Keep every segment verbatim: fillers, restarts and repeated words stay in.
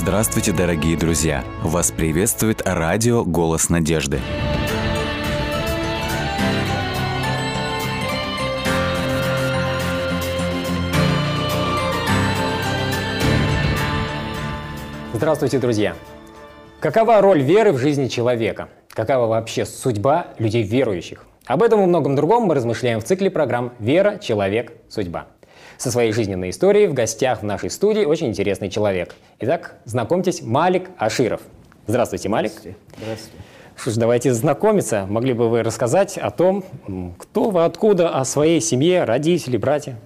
Здравствуйте, дорогие друзья! Вас приветствует радио «Голос надежды». Здравствуйте, друзья! Какова роль веры в жизни человека? Какова вообще судьба людей верующих? Об этом и многом другом мы размышляем в цикле программ «Вера, человек, судьба». Со своей жизненной историей в гостях в нашей студии очень интересный человек. Итак, знакомьтесь, Малик Аширов. Здравствуйте, Малик. Здравствуйте. Здравствуйте. Что ж, давайте знакомиться. Могли бы вы рассказать о том, кто вы, откуда, о своей семье, родители, братья?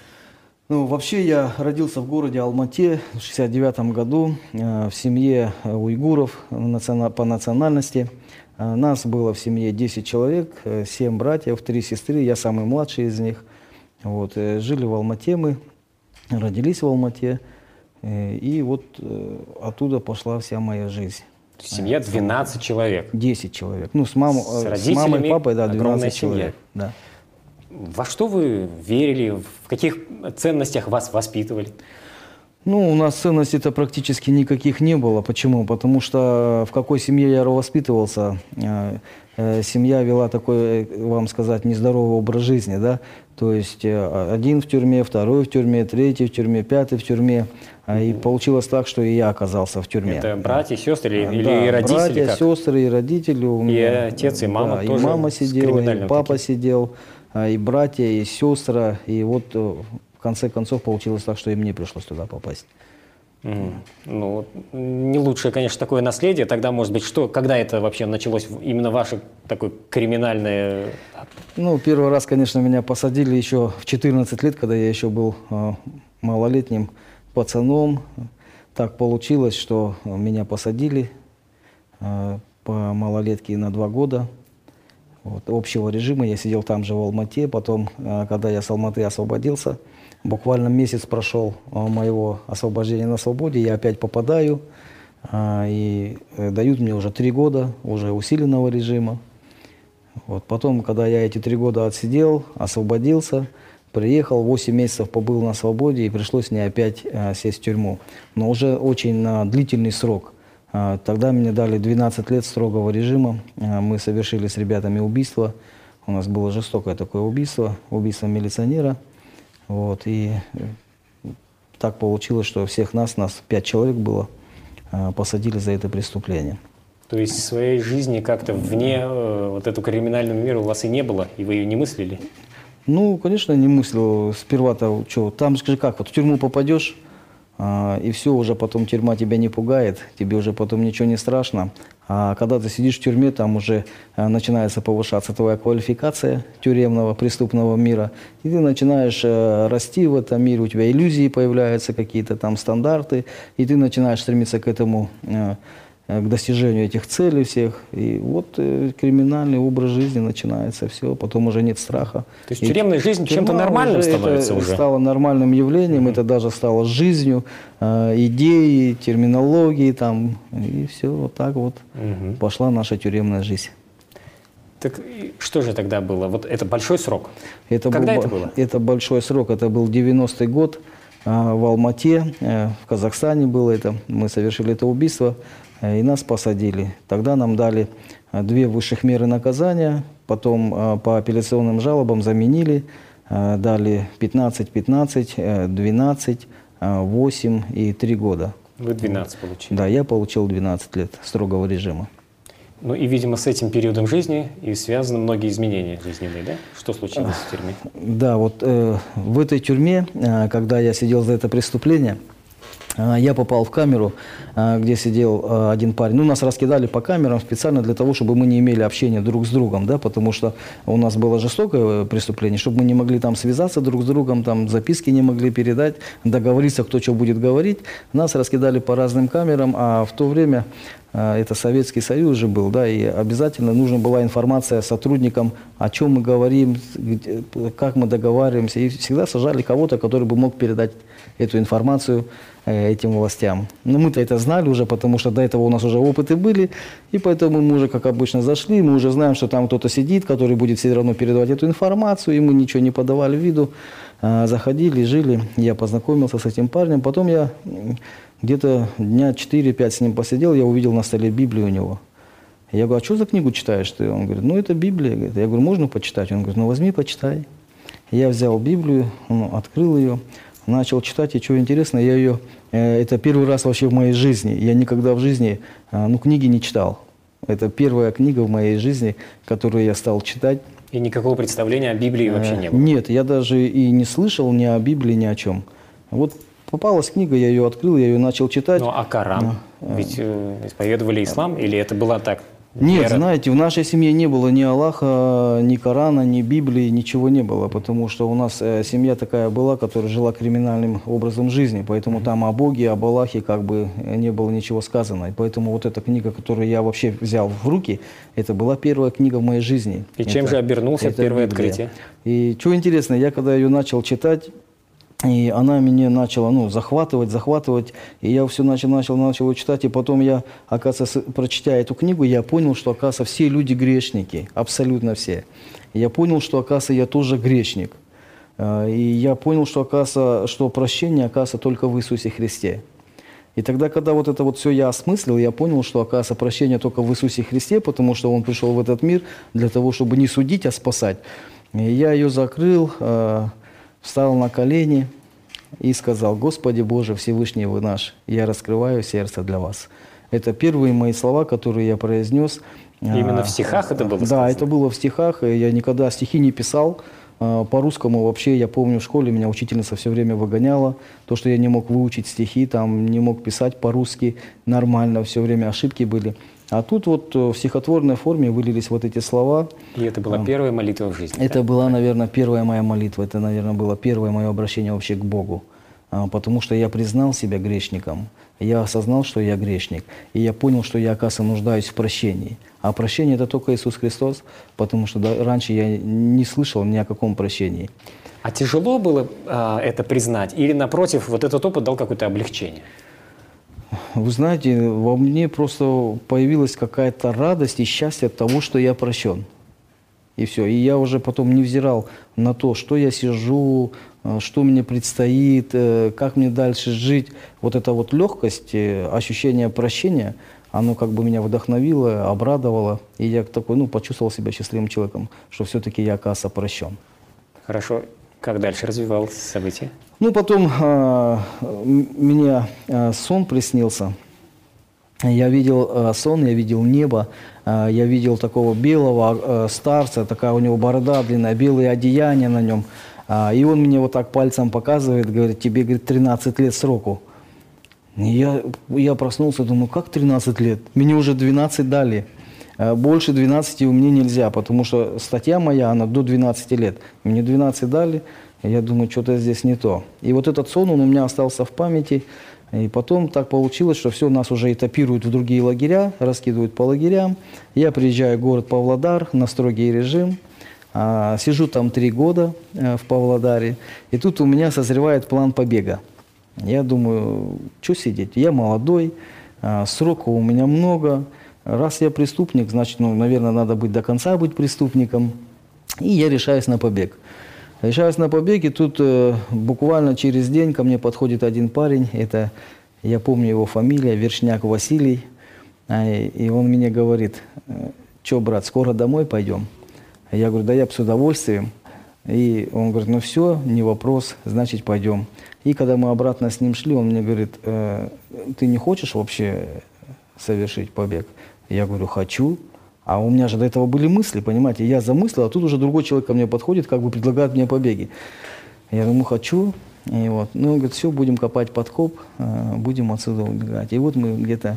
Ну, вообще я родился в городе Алмате в шестьдесят девятом году э, в семье уйгуров по национальности. Э, нас было в семье десять человек, семь братьев, три сестры, я самый младший из них. Вот, э, жили в Алмате мы, родились в Алмате, э, и вот э, оттуда пошла вся моя жизнь. Семья двенадцать человек? десять человек. Ну, с, мам, с, с мамой и папой, да, двенадцать человек. Да. Во что вы верили? В каких ценностях вас воспитывали? Ну, у нас ценностей-то практически никаких не было. Почему? Потому что в какой семье я воспитывался, э, э, семья вела такой, вам сказать, нездоровый образ жизни, да? То есть э, один в тюрьме, второй в тюрьме, третий в тюрьме, пятый в тюрьме. Э, и получилось так, что и я оказался в тюрьме. Это братья, сестры или, да, или родители? Братья, как? сестры и родители. У меня, и отец, и мама да, тоже? И мама сидела, и папа таким? сидел. И братья, и сестры, и вот в конце концов получилось так, что и мне пришлось туда попасть. Mm. Ну, не лучшее, конечно, такое наследие. Тогда, может быть, что, когда это вообще началось, именно ваше такое криминальное... Ну, первый раз, конечно, меня посадили еще в четырнадцать лет, когда я еще был э, малолетним пацаном. Так получилось, что меня посадили э, по малолетке на два года. Вот, общего режима, я сидел там же в Алмате, потом, когда я с Алматы освободился, буквально месяц прошел моего освобождения на свободе, я опять попадаю, и дают мне уже три года уже усиленного режима. Вот, потом, когда я эти три года отсидел, освободился, приехал, восемь месяцев побыл на свободе, и пришлось мне опять сесть в тюрьму, но уже очень на длительный срок. Тогда мне дали двенадцать лет строгого режима. Мы совершили с ребятами убийство. У нас было жестокое такое убийство, убийство милиционера. Вот, и так получилось, что всех нас, нас пять человек было, посадили за это преступление. То есть в своей жизни как-то вне э, вот эту криминального мира у вас и не было, и вы ее не мыслили? Ну, конечно, не мыслил. Сперва-то, что, там, скажи, как, вот в тюрьму попадешь, и все, уже потом тюрьма тебя не пугает, тебе уже потом ничего не страшно. А когда ты сидишь в тюрьме, там уже начинается повышаться твоя квалификация тюремного преступного мира. И ты начинаешь расти в этом мире, у тебя иллюзии появляются, какие-то там стандарты. И ты начинаешь стремиться к этому, к достижению этих целей всех. И вот э, криминальный образ жизни начинается, все, потом уже нет страха. То есть и тюремная жизнь чем-то нормальным уже становится это уже? Стало нормальным явлением, mm-hmm. это даже стало жизнью, э, идеей, терминологией, там, и все, вот так вот mm-hmm. пошла наша тюремная жизнь. Так что же тогда было? Вот это большой срок? Это Когда был, это было? Это большой срок, это был девяностый год э, в Алмате, э, в Казахстане было это, мы совершили это убийство. И нас посадили. Тогда нам дали две высших меры наказания, потом по апелляционным жалобам заменили, дали пятнадцать, пятнадцать, двенадцать, восемь и три года. Вы двенадцать получили? Да, я получил двенадцать лет строгого режима. Ну и, видимо, с этим периодом жизни и связаны многие изменения жизненные, да? Что случилось в тюрьме? Да, вот э, в этой тюрьме, э, когда я сидел за это преступление, я попал в камеру, где сидел один парень. Ну, нас раскидали по камерам специально для того, чтобы мы не имели общения друг с другом, да, потому что у нас было жестокое преступление, чтобы мы не могли там связаться друг с другом, там записки не могли передать, договориться, кто что будет говорить. Нас раскидали по разным камерам, а в то время это Советский Союз же был, да, и обязательно нужна была информация сотрудникам, о чем мы говорим, как мы договариваемся, и всегда сажали кого-то, который бы мог передать эту информацию этим властям. Но мы-то это знали уже, потому что до этого у нас уже опыты были, и поэтому мы уже, как обычно, зашли, мы уже знаем, что там кто-то сидит, который будет все равно передавать эту информацию, и мы ничего не подавали виду. Заходили, жили, я познакомился с этим парнем, потом я Где-то дня четыре-пять с ним посидел, я увидел на столе Библию у него. Я говорю, а что за книгу читаешь ты? Он говорит, ну это Библия. Я говорю, можно почитать? Он говорит, ну возьми, почитай. Я взял Библию, ну, открыл ее, начал читать, и что интересно, я ее, э, это первый раз вообще в моей жизни. Я никогда в жизни, э, ну, книги не читал. Это первая книга в моей жизни, которую я стал читать. И никакого представления о Библии вообще не было? Нет, я даже и не слышал ни о Библии, ни о чем. Вот попалась книга, я ее открыл, я ее начал читать. Ну а Коран? А, Ведь э, исповедовали ислам, или это была так? Нет, вера? знаете, в нашей семье не было ни Аллаха, ни Корана, ни Библии, ничего не было, потому что у нас э, семья такая была, которая жила криминальным образом жизни, поэтому mm-hmm. там о Боге, об Аллахе как бы не было ничего сказано. И поэтому вот эта книга, которую я вообще взял в руки, это была первая книга в моей жизни. И чем это, же обернулся это первое Библия. открытие? И что интересно, я когда ее начал читать, и она меня начала, ну, захватывать, захватывать, и я все начал, начал, начал читать, и потом я, оказывается, прочитая эту книгу, я понял, что, оказывается, все люди грешники, абсолютно все. И я понял, что, оказывается, я тоже грешник. И я понял, что, оказывается, что прощение, оказывается, только в Иисусе Христе. И тогда, когда вот это вот все я осмыслил, я понял, что, оказывается, прощение только в Иисусе Христе, потому что Он пришел в этот мир для того, чтобы не судить, а спасать. И я ее закрыл, встал на колени и сказал, «Господи Боже, Всевышний Вы наш, я раскрываю сердце для Вас». Это первые мои слова, которые я произнес. Именно в стихах это было сказано? Да, это было в стихах. Я никогда стихи не писал. По-русскому вообще, я помню, в школе меня учительница все время выгоняла. То, что я не мог выучить стихи, там, не мог писать по-русски нормально, все время ошибки были. А тут вот в стихотворной форме вылились вот эти слова. И это была первая молитва в жизни? Это была, наверное, первая моя молитва. Это, наверное, было первое мое обращение вообще к Богу. Потому что я признал себя грешником. Я осознал, что я грешник. И я понял, что я, оказывается, нуждаюсь в прощении. А прощение – это только Иисус Христос, потому что да, раньше я не слышал ни о каком прощении. А тяжело было а, это признать? Или, напротив, вот этот опыт дал какое-то облегчение? Вы знаете, во мне просто появилась какая-то радость и счастье от того, что я прощен. И все. И я уже потом не взирал на то, что я сижу, что мне предстоит, как мне дальше жить. Вот эта вот легкость, ощущение прощения, оно как бы меня вдохновило, обрадовало. И я такой, ну, почувствовал себя счастливым человеком, что все-таки я, оказывается, прощен. Хорошо. Как дальше развивалось событие? Ну, потом э, мне э, сон приснился. Я видел э, сон, я видел небо, э, я видел такого белого э, старца, такая у него борода длинная, белые одеяния на нем. Э, и он мне вот так пальцем показывает, говорит, тебе, говорит, тринадцать лет сроку. И я, я проснулся, думаю, как тринадцать лет? Мне уже двенадцать дали. Больше двенадцати у меня нельзя, потому что статья моя, она до двенадцати лет. Мне двенадцать дали, я думаю, что-то здесь не то. И вот этот сон, он у меня остался в памяти. И потом так получилось, что все, нас уже этапируют в другие лагеря, раскидывают по лагерям. Я приезжаю в город Павлодар на строгий режим. Сижу там три года в Павлодаре. И тут у меня созревает план побега. Я думаю, что сидеть? Я молодой, срока у меня много. Раз я преступник, значит, ну, наверное, надо быть до конца быть преступником. И я решаюсь на побег. Решаюсь на побег, и тут э, буквально через день ко мне подходит один парень. Это, я помню его фамилия, Вершняк Василий. А, и он мне говорит, что, брат, скоро домой пойдем? Я говорю, да я бы с удовольствием. И он говорит, ну все, не вопрос, значит, пойдем. И когда мы обратно с ним шли, он мне говорит, э, ты не хочешь вообще совершить побег? Я говорю, хочу. А у меня же до этого были мысли, понимаете, я замыслил, а тут уже другой человек ко мне подходит, как бы предлагает мне побеги. Я думаю, хочу. И вот, ну, он говорит, все, будем копать подкоп, будем отсюда убегать. И вот мы где-то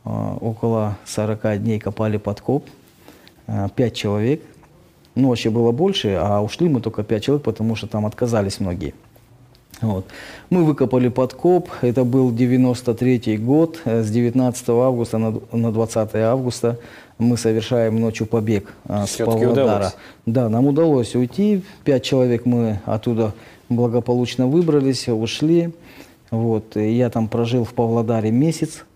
около сорока дней копали подкоп, пять человек. Ну, вообще было больше, а ушли мы только пять человек, потому что там отказались многие. Вот. Мы выкопали подкоп, это был девяносто третий год, с девятнадцатого августа на двадцатое августа мы совершаем ночью побег а, с Павлодара. Удалось. Да, нам удалось уйти, пять человек мы оттуда благополучно выбрались, ушли. Вот. И я там прожил в Павлодаре месяц,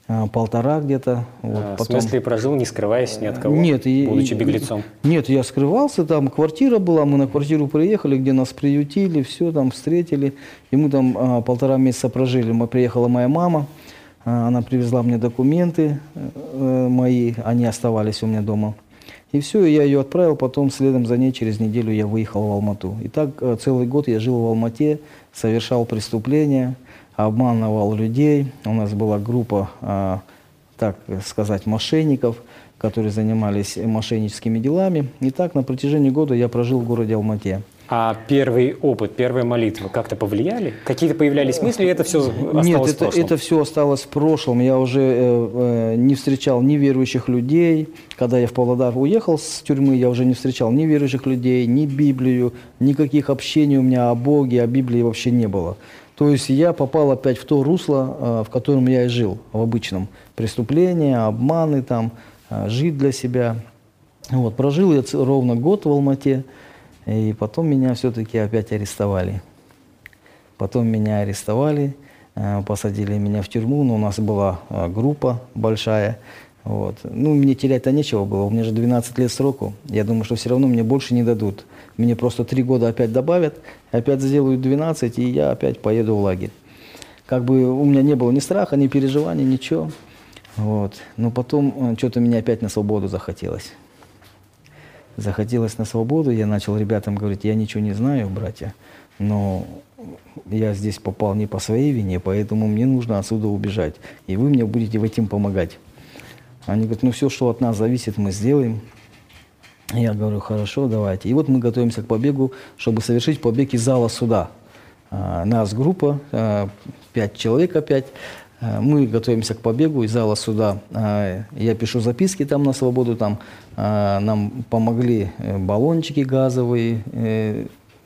полтора где-то. Вот, а, потом... В смысле, прожил, не скрываясь ни от кого, нет, будучи и, беглецом? Нет, я скрывался, там квартира была, мы на квартиру приехали, где нас приютили, все там встретили. И мы там а, полтора месяца прожили. Мы, приехала моя мама, а, она привезла мне документы а, мои, они оставались у меня дома. И все, я ее отправил, потом следом за ней через неделю я выехал в Алмату. И так а, целый год я жил в Алмате, совершал преступления, обманывал людей. У нас была группа, а, так сказать, мошенников, которые занимались мошенническими делами. И так на протяжении года я прожил в городе Алмате. А первый опыт, первые молитвы как-то повлияли? Какие-то появлялись мысли, или это все осталось Нет, в это, прошлом? это все осталось в прошлом. Я уже э, э, не встречал ни верующих людей. Когда я в Павлодар уехал с тюрьмы, я уже не встречал ни верующих людей, ни Библию, никаких общений у меня о Боге, о Библии вообще не было. То есть я попал опять в то русло, в котором я и жил, в обычном. Преступления, обманы, там, жить для себя. Вот, прожил я ровно год в Алмате, и потом меня все-таки опять арестовали. Потом меня арестовали, посадили меня в тюрьму, но у нас была группа большая. Вот. Ну, мне терять-то нечего было, у меня же двенадцать лет сроку. Я думаю, что все равно мне больше не дадут. Мне просто три года опять добавят, опять сделают двенадцать, и я опять поеду в лагерь. Как бы у меня не было ни страха, ни переживаний, ничего. Вот. Но потом что-то мне опять на свободу захотелось. Захотелось на свободу, я начал ребятам говорить, я ничего не знаю, братья, но я здесь попал не по своей вине, поэтому мне нужно отсюда убежать, и вы мне будете в этом помогать. Они говорят, ну все, что от нас зависит, мы сделаем. Я говорю, хорошо, давайте. И вот мы готовимся к побегу, чтобы совершить побег из зала суда. А, нас группа, а, пять человек опять. А, мы готовимся к побегу из зала суда. А, я пишу записки там на свободу, там а, нам помогли баллончики газовые э,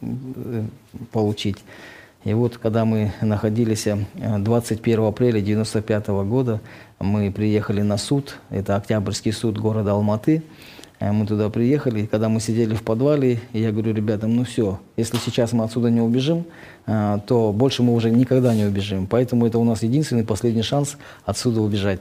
получить. И вот когда мы находились двадцать первого апреля девяносто пятого года, мы приехали на суд, это Октябрьский суд города Алматы. Мы туда приехали, и когда мы сидели в подвале, я говорю ребятам, ну все, если сейчас мы отсюда не убежим, то больше мы уже никогда не убежим. Поэтому это у нас единственный последний шанс отсюда убежать.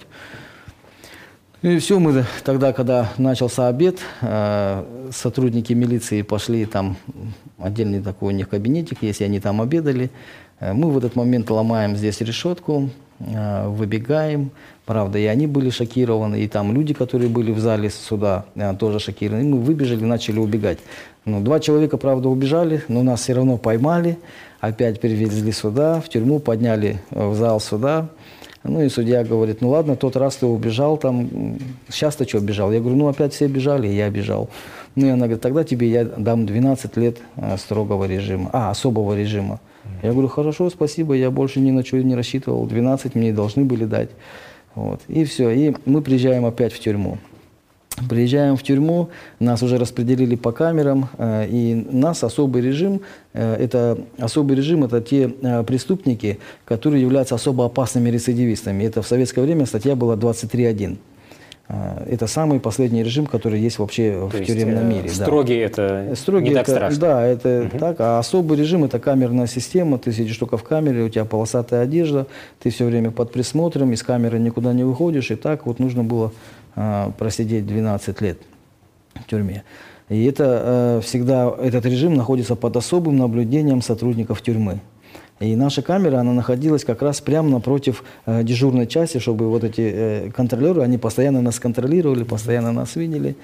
И все, мы тогда, когда начался обед, сотрудники милиции пошли, там отдельный такой у них кабинетик, если они там обедали. Мы в этот момент ломаем здесь решетку, выбегаем. Правда, и они были шокированы, и там люди, которые были в зале суда, тоже шокированы. И мы выбежали, начали убегать. Ну, два человека, правда, убежали, но нас все равно поймали, опять перевезли сюда, в тюрьму, подняли в зал суда. Ну и судья говорит, ну ладно, тот раз ты убежал, там, сейчас-то что бежал? Я говорю, ну опять все бежали, и я бежал. Ну и она говорит, тогда тебе я дам двенадцать лет строгого режима, а, особого режима. Я говорю, хорошо, спасибо, я больше ни на что не рассчитывал, двенадцать мне должны были дать. Вот. И все, и мы приезжаем опять в тюрьму. Приезжаем в тюрьму, нас уже распределили по камерам, э, и нас особый режим, э, это особый режим, это те э, преступники, которые являются особо опасными рецидивистами. Это в советское время статья была двадцать три один. Э, это самый последний режим, который есть вообще То в есть, тюремном э, мире. Строгий да. это строгий не так это, страшно? Да, это угу. так, а особый режим это камерная система, ты сидишь только в камере, у тебя полосатая одежда, ты все время под присмотром, из камеры никуда не выходишь, и так вот нужно было просидеть двенадцать лет в тюрьме. И это всегда, этот режим находится под особым наблюдением сотрудников тюрьмы. И наша камера, она находилась как раз прямо напротив дежурной части, чтобы вот эти контролеры, они постоянно нас контролировали, постоянно нас видели.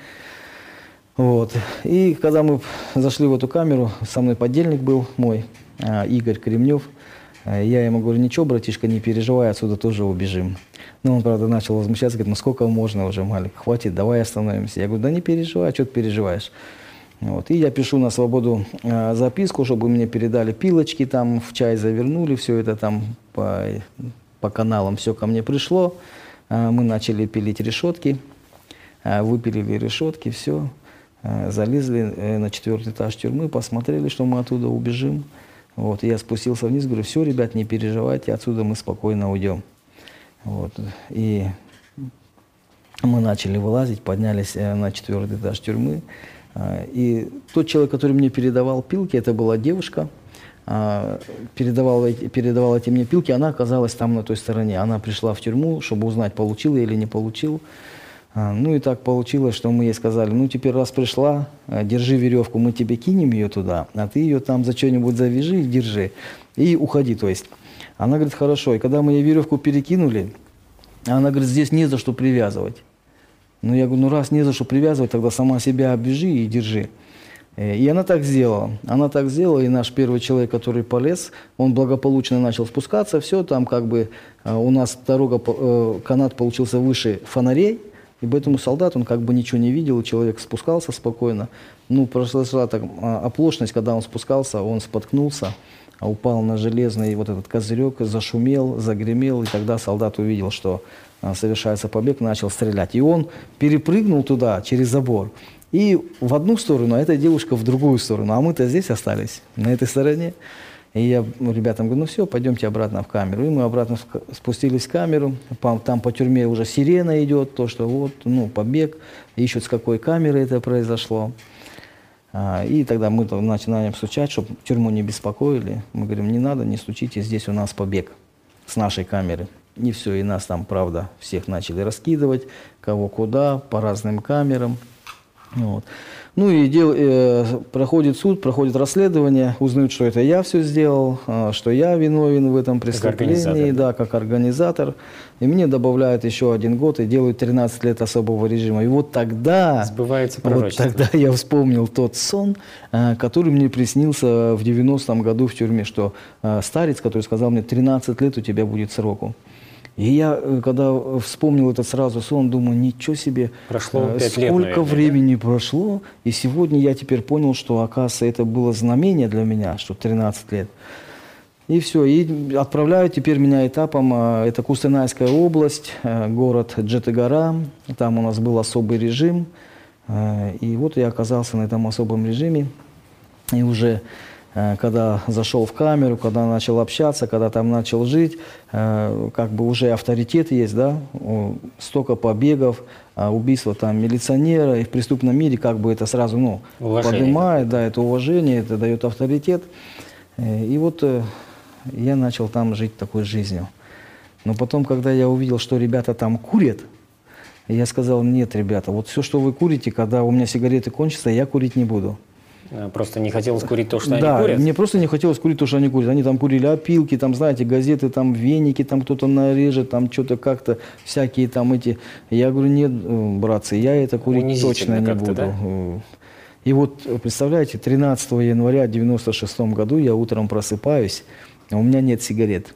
Вот. И когда мы зашли в эту камеру, со мной подельник был мой, Игорь Кремнев. Я ему говорю, ничего, братишка, не переживай, отсюда тоже убежим. Ну, он, правда, начал возмущаться, говорит, ну сколько можно уже, Малик, хватит, давай остановимся. Я говорю, да не переживай, что ты переживаешь. Вот. И я пишу на свободу э, записку, чтобы мне передали пилочки, там в чай завернули, все это там по, по каналам все ко мне пришло. Э, мы начали пилить решетки, э, выпилили решетки, все. Э, залезли э, на четвертый этаж тюрьмы, посмотрели, что мы оттуда убежим. Вот, я спустился вниз, говорю, все, ребят, не переживайте, отсюда мы спокойно уйдем. Вот, и мы начали вылазить, поднялись на четвертый этаж тюрьмы. И тот человек, который мне передавал пилки, это была девушка. а, передавала, эти- передавала эти мне пилки, она оказалась там на той стороне. Она пришла в тюрьму, чтобы узнать, получил я или не получил. А, ну и так получилось, что мы ей сказали, ну теперь раз пришла, а, держи веревку, мы тебе кинем ее туда, а ты ее там за что-нибудь завяжи, держи и уходи, то есть. Она говорит, хорошо. И когда мы ей веревку перекинули, она говорит, здесь не за что привязывать. Ну я говорю, ну раз не за что привязывать, тогда сама себя обвяжи и держи. Э, И она так сделала. Она так сделала, и наш первый человек, который полез, он благополучно начал спускаться, все, там как бы э, у нас дорога, по- э, канат получился выше фонарей, и поэтому солдат, он как бы ничего не видел, и человек спускался спокойно. Ну, произошла так а, оплошность, когда он спускался, он споткнулся, а упал на железный вот этот козырек, зашумел, загремел, и тогда солдат увидел, что а, совершается побег, начал стрелять. И он перепрыгнул туда, через забор, и в одну сторону, а эта девушка в другую сторону, а мы-то здесь остались, на этой стороне. И я ребятам говорю, ну все, пойдемте обратно в камеру. И мы обратно в- спустились в камеру, Пам- там по тюрьме уже сирена идет, то, что вот, ну, побег, ищут, с какой камеры это произошло. А, И тогда мы там начинаем стучать, чтобы тюрьму не беспокоили. Мы говорим, не надо, не стучите, здесь у нас побег с нашей камеры. И все, и нас там, правда, всех начали раскидывать, кого куда, по разным камерам. Вот. Ну и дел, э, проходит суд, проходит расследование, узнают, что это я все сделал, а, что я виновен в этом преступлении, организатор, да, как организатор. И мне добавляют еще один год и делают тринадцать лет особого режима. И вот тогда, Сбывается вот пророчество. тогда я вспомнил тот сон, а, который мне приснился в девяностом году в тюрьме, что а, старец, который сказал мне, тринадцать лет у тебя будет сроку. И я, э, когда вспомнил этот сразу сон, думаю, ничего себе, Прошло э, пять лет, сколько наверное, да? времени прошло, и сегодня я теперь понял, что, оказывается, это было знамение для меня, что тринадцать лет. И все, и отправляют теперь меня этапом, э, это Кустанайская область, э, город Джетыгара, там у нас был особый режим, э, и вот я оказался на этом особом режиме, и уже э, когда зашел в камеру, когда начал общаться, когда там начал жить, э, как бы уже авторитет есть, да, о, столько побегов, а убийства там милиционера, и в преступном мире как бы это сразу, ну, Уважение поднимает, да, это уважение, это дает авторитет. Э, И вот э, я начал там жить такой жизнью. Но потом, когда я увидел, что ребята там курят, я сказал, нет, ребята, вот все, что вы курите, когда у меня сигареты кончатся, я курить не буду. А, Просто не хотелось курить то, что Да, они курят? мне просто не хотелось курить то, что они курят. Они там курили опилки, там, знаете, газеты, там, веники, там кто-то нарежет, там что-то как-то, всякие там эти. Я говорю, нет, э, братцы, я это курить Унизительно точно не как-то, буду. да? Э, И вот, э, представляете, тринадцатого января девяносто шестом году я утром просыпаюсь, а у меня нет сигарет.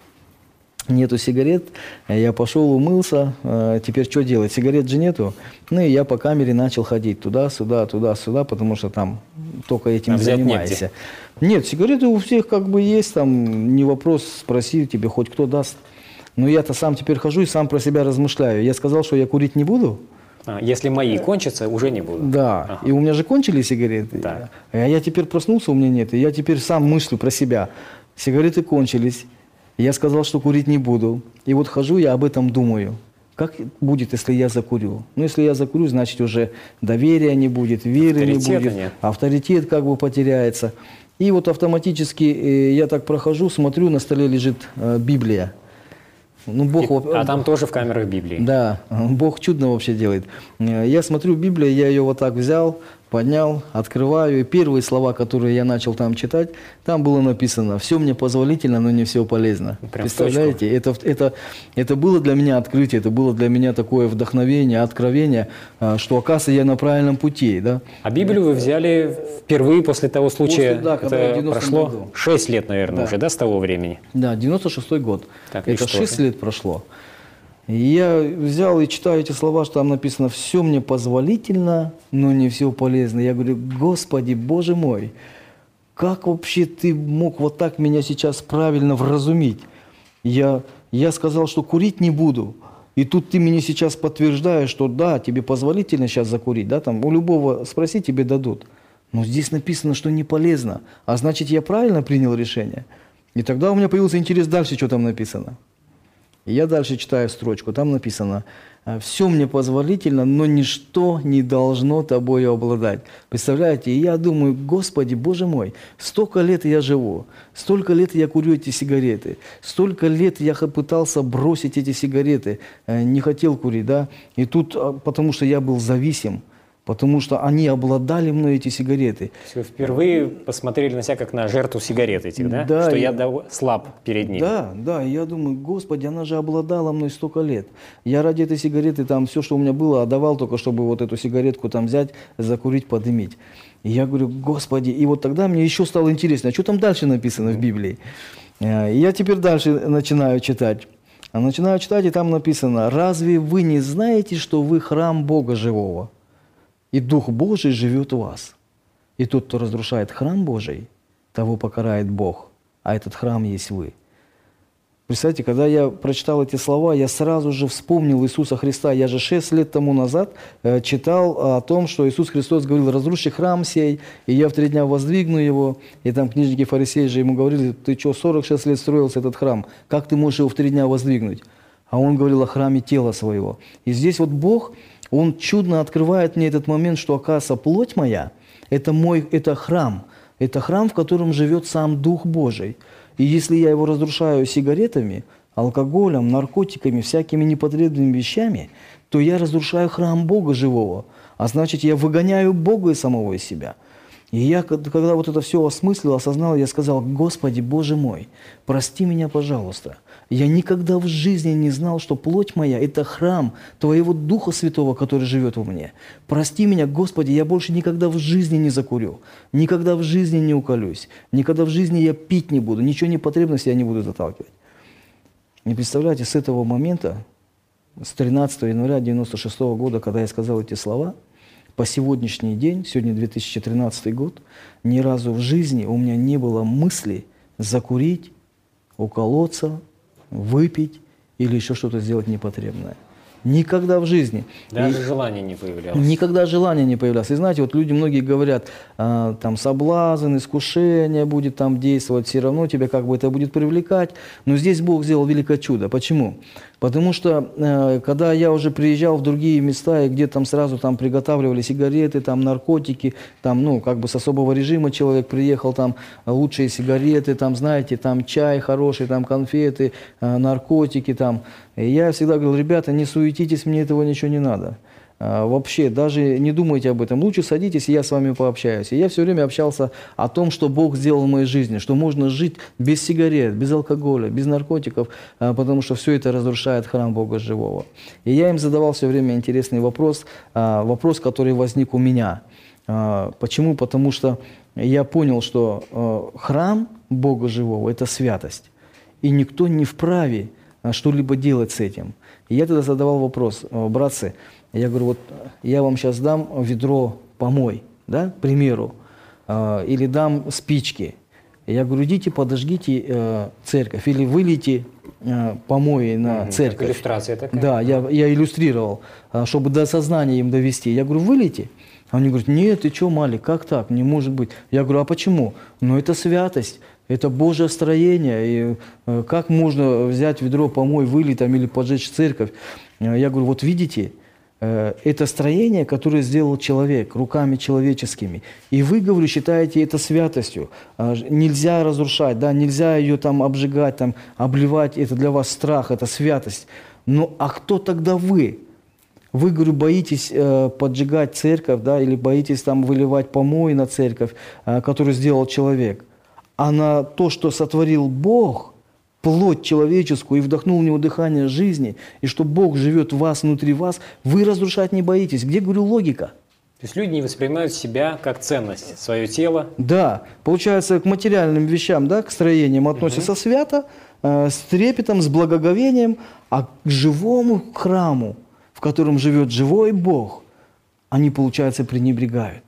Нету сигарет, я пошел, умылся, э, теперь что делать, сигарет же нету. Ну и я по камере начал ходить туда-сюда, туда-сюда, потому что там только этим А взять занимаешься. Нет, сигареты у всех как бы есть, там не вопрос, спроси, тебе хоть кто даст. Но я-то сам теперь хожу и сам про себя размышляю. Я сказал, что я курить не буду. А, если мои кончатся, уже не буду. Да, Ага. и у меня же кончились сигареты. Так. А я теперь проснулся, у меня нет. И я теперь сам мыслю про себя. Сигареты кончились. Я сказал, что курить не буду. И вот хожу, я об этом думаю. Как будет, если я закурю? Ну, если я закурю, значит, уже доверия не будет, веры не Авторитета будет. нет. Авторитет как бы потеряется. И вот автоматически э, я так прохожу, смотрю, на столе лежит э, Библия. Ну, Бог, И- воп- а там тоже в камерах Библии. Да, Бог чудно вообще делает. Э, Я смотрю Библию, я ее вот так взял, поднял, открываю, и первые слова, которые я начал там читать, там было написано: «Все мне позволительно, но не все полезно». Прям в Представляете, это, это, это было для меня открытие, это было для меня такое вдохновение, откровение, а, что, оказывается, я на правильном пути. Да? А Библию вы взяли впервые после того случая? После, да, когда я в Это девяностом прошло году. шесть лет, наверное, Да. уже, да, с того времени? Да, девяносто шестой год. Так, и это что шесть же? лет прошло. И я взял и читаю эти слова, что там написано: «Все мне позволительно, но не все полезно». Я говорю: Господи, Боже мой, как вообще ты мог вот так меня сейчас правильно вразумить? Я, я сказал, что курить не буду. И тут ты мне сейчас подтверждаешь, что да, тебе позволительно сейчас закурить. Да, там у любого спроси, тебе дадут. Но здесь написано, что не полезно. А значит, я правильно принял решение? И тогда у меня появился интерес дальше, что там написано. И я дальше читаю строчку, там написано: «Все мне позволительно, но ничто не должно тобою обладать». Представляете, и я думаю: Господи, Боже мой, столько лет я живу, столько лет я курю эти сигареты, столько лет я пытался бросить эти сигареты, не хотел курить, да, и тут, потому что я был зависим, потому что они обладали мной, эти сигареты. Вы впервые посмотрели на себя как на жертву сигарет этих, да? Да, что я, я дов... слаб перед ними. Да, да, и я думаю: Господи, она же обладала мной столько лет. Я ради этой сигареты там все, что у меня было, отдавал только, чтобы вот эту сигаретку там взять, закурить, подымить. И я говорю: Господи, и вот тогда мне еще стало интересно, а что там дальше написано в Библии? И я теперь дальше начинаю читать. А начинаю читать, и там написано: «Разве вы не знаете, что вы храм Бога живого? И Дух Божий живет в вас. И тот, кто разрушает храм Божий, того покарает Бог, а этот храм есть вы». Представьте, когда я прочитал эти слова, я сразу же вспомнил Иисуса Христа. Я же шесть лет тому назад э, читал о том, что Иисус Христос говорил: «Разруши храм сей, и я в три дня воздвигну его». И там книжники фарисеи же ему говорили: «Ты что, сорок шесть лет строился этот храм, как ты можешь его в три дня воздвигнуть?» А он говорил о храме тела своего. И здесь вот Бог, Он чудно открывает мне этот момент, что, оказывается, плоть моя – это мой, это храм. Это храм, в котором живет сам Дух Божий. И если я его разрушаю сигаретами, алкоголем, наркотиками, всякими непотребными вещами, то я разрушаю храм Бога живого. А значит, я выгоняю Бога из самого из себя. И я, когда вот это все осмыслил, осознал, я сказал: «Господи, Боже мой, прости меня, пожалуйста. Я никогда в жизни не знал, что плоть моя – это храм Твоего Духа Святого, который живет во мне. Прости меня, Господи, я больше никогда в жизни не закурю, никогда в жизни не уколюсь, никогда в жизни я пить не буду, ничего непотребности я не буду заталкивать». Не представляете, с этого момента, с тринадцатого января девяносто шестого года, когда я сказал эти слова, по сегодняшний день, сегодня две тысячи тринадцатый год, ни разу в жизни у меня не было мысли закурить, уколоться, выпить или еще что-то сделать непотребное. Никогда в жизни. Даже И желания не появлялось. Никогда желания не появлялось. И знаете, вот люди многие говорят, а, там соблазн, искушение будет там действовать, все равно тебя как бы это будет привлекать. Но здесь Бог сделал великое чудо. Почему? Потому что э, когда я уже приезжал в другие места, и где там сразу там приготавливали сигареты, там наркотики, там, ну, как бы с особого режима человек приехал, там лучшие сигареты, там, знаете, там чай хороший, там конфеты, э, наркотики, там. И я всегда говорил: ребята, не суетитесь, мне этого ничего не надо. А, вообще, даже не думайте об этом. Лучше садитесь, и я с вами пообщаюсь. И я все время общался о том, что Бог сделал в моей жизни, что можно жить без сигарет, без алкоголя, без наркотиков, а, потому что все это разрушает храм Бога живого. И я им задавал все время интересный вопрос, а, вопрос, который возник у меня. А, почему? Потому что я понял, что а, храм Бога живого – это святость. И никто не вправе что-либо делать с этим. И я тогда задавал вопрос: братцы, я говорю, вот я вам сейчас дам ведро помой, да, к примеру, э, или дам спички. Я говорю: идите, подожгите э, церковь, или вылейте э, помои на угу, церковь. Как иллюстрация такая. Да, я, я иллюстрировал, э, чтобы до сознания им довести. Я говорю: вылейте. Они говорят: нет, ты что, Малик, как так? Не может быть. Я говорю: а почему? Ну, это святость. Это Божье строение, и э, как можно взять ведро помой, вылить там или поджечь церковь? Я говорю: вот видите, э, это строение, которое сделал человек руками человеческими, и вы, говорю, считаете это святостью. Э, нельзя разрушать, да, нельзя ее там обжигать, там, обливать, это для вас страх, это святость. Ну, а кто тогда вы? Вы, говорю, боитесь э, поджигать церковь, да, или боитесь там выливать помои на церковь, э, которую сделал человек. А на то, что сотворил Бог, плоть человеческую, и вдохнул в него дыхание жизни, и что Бог живет в вас, внутри вас, вы разрушать не боитесь. Где, говорю, логика? То есть люди не воспринимают себя как ценность, свое тело. Да, получается, к материальным вещам, да, к строениям относятся угу. свято, э, с трепетом, с благоговением, а к живому храму, в котором живет живой Бог, они, получается, пренебрегают.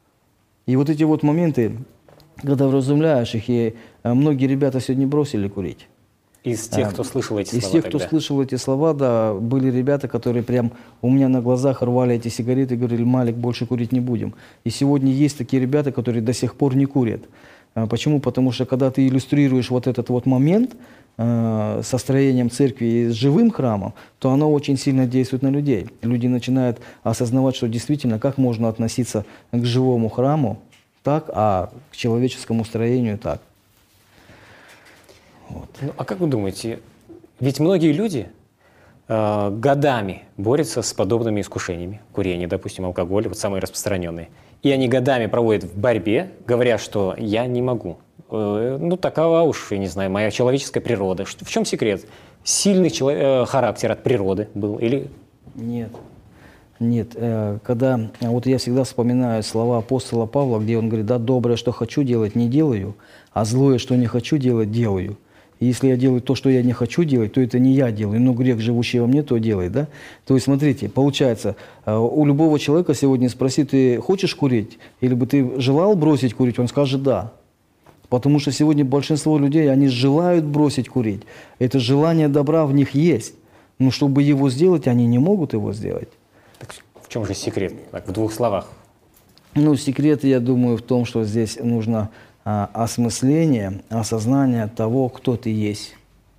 И вот эти вот моменты, когда вразумляешь их, и многие ребята сегодня бросили курить. Из тех, кто слышал эти Из слова тех, тогда. кто слышал эти слова, да, были ребята, которые прям у меня на глазах рвали эти сигареты и говорили: Малик, больше курить не будем. И сегодня есть такие ребята, которые до сих пор не курят. Почему? Потому что когда ты иллюстрируешь вот этот вот момент э, со строением церкви с живым храмом, то оно очень сильно действует на людей. Люди начинают осознавать, что действительно, как можно относиться к живому храму так, а к человеческому строению так. Вот. Ну, а как вы думаете, ведь многие люди э, годами борются с подобными искушениями, курение, допустим, алкоголь, вот самые распространенные. И они годами проводят в борьбе, говоря, что я не могу. Э, ну, такова уж, я не знаю, моя человеческая природа. Что, в чем секрет? Сильный человек, э, характер от природы был или... Нет. Нет. Э, когда... Вот я всегда вспоминаю слова апостола Павла, где он говорит, да, доброе, что хочу делать, не делаю, а злое, что не хочу делать, делаю. И если я делаю то, что я не хочу делать, то это не я делаю, но грех, живущий во мне, то делает, да? То есть, смотрите, получается, у любого человека сегодня спроси, ты хочешь курить? Или бы ты желал бросить курить? Он скажет «да». Потому что сегодня большинство людей, они желают бросить курить. Это желание добра в них есть. Но чтобы его сделать, они не могут его сделать. Так в чем же секрет? Так, в двух словах. Ну, секрет, я думаю, в том, что здесь нужно... осмысление, осознание того, кто ты есть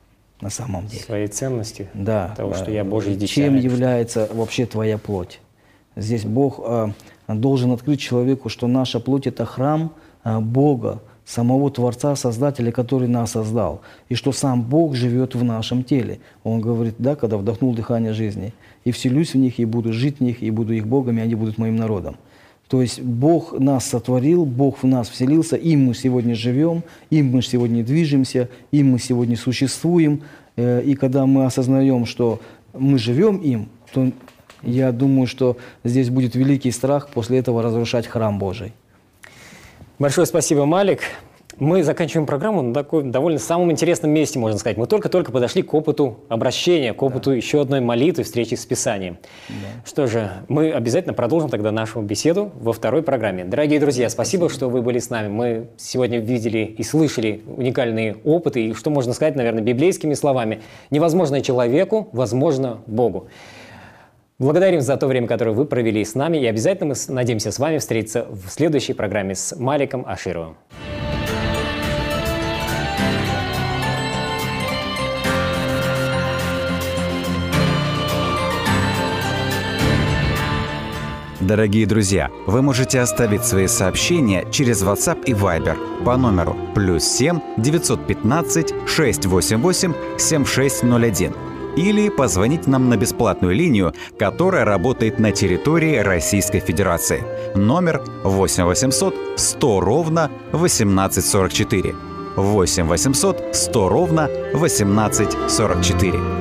на самом деле. Своей ценности, да, того, да. что я Божий дитя. Чем является вообще твоя плоть? Здесь Бог э, должен открыть человеку, что наша плоть – это храм э, Бога, самого Творца, Создателя, который нас создал. И что сам Бог живет в нашем теле. Он говорит, да, когда вдохнул дыхание жизни, «И вселюсь в них, и буду жить в них, и буду их Богом, и они будут моим народом». То есть Бог нас сотворил, Бог в нас вселился, им мы сегодня живем, им мы сегодня движемся, им мы сегодня существуем. И когда мы осознаем, что мы живем им, то я думаю, что здесь будет великий страх после этого разрушать храм Божий. Большое спасибо, Малик. Мы заканчиваем программу на таком довольно самом интересном месте, можно сказать. Мы только-только подошли к опыту обращения, к опыту да. еще одной молитвы, встречи с Писанием. Да. Что же, мы обязательно продолжим тогда нашу беседу во второй программе. Дорогие друзья, спасибо, спасибо, что вы были с нами. Мы сегодня видели и слышали уникальные опыты, и что можно сказать, наверное, библейскими словами. Невозможное человеку, возможно Богу. Благодарим за то время, которое вы провели с нами, и обязательно мы надеемся с вами встретиться в следующей программе с Маликом Ашировым. Дорогие друзья, вы можете оставить свои сообщения через WhatsApp и Viber по номеру плюс семь девятьсот пятнадцать шестьсот восемьдесят восемь семьдесят шесть ноль один или позвонить нам на бесплатную линию, которая работает на территории Российской Федерации. Номер восемь восемьсот сто ровно восемнадцать сорок четыре. восемь восемьсот сто ровно восемнадцать сорок четыре.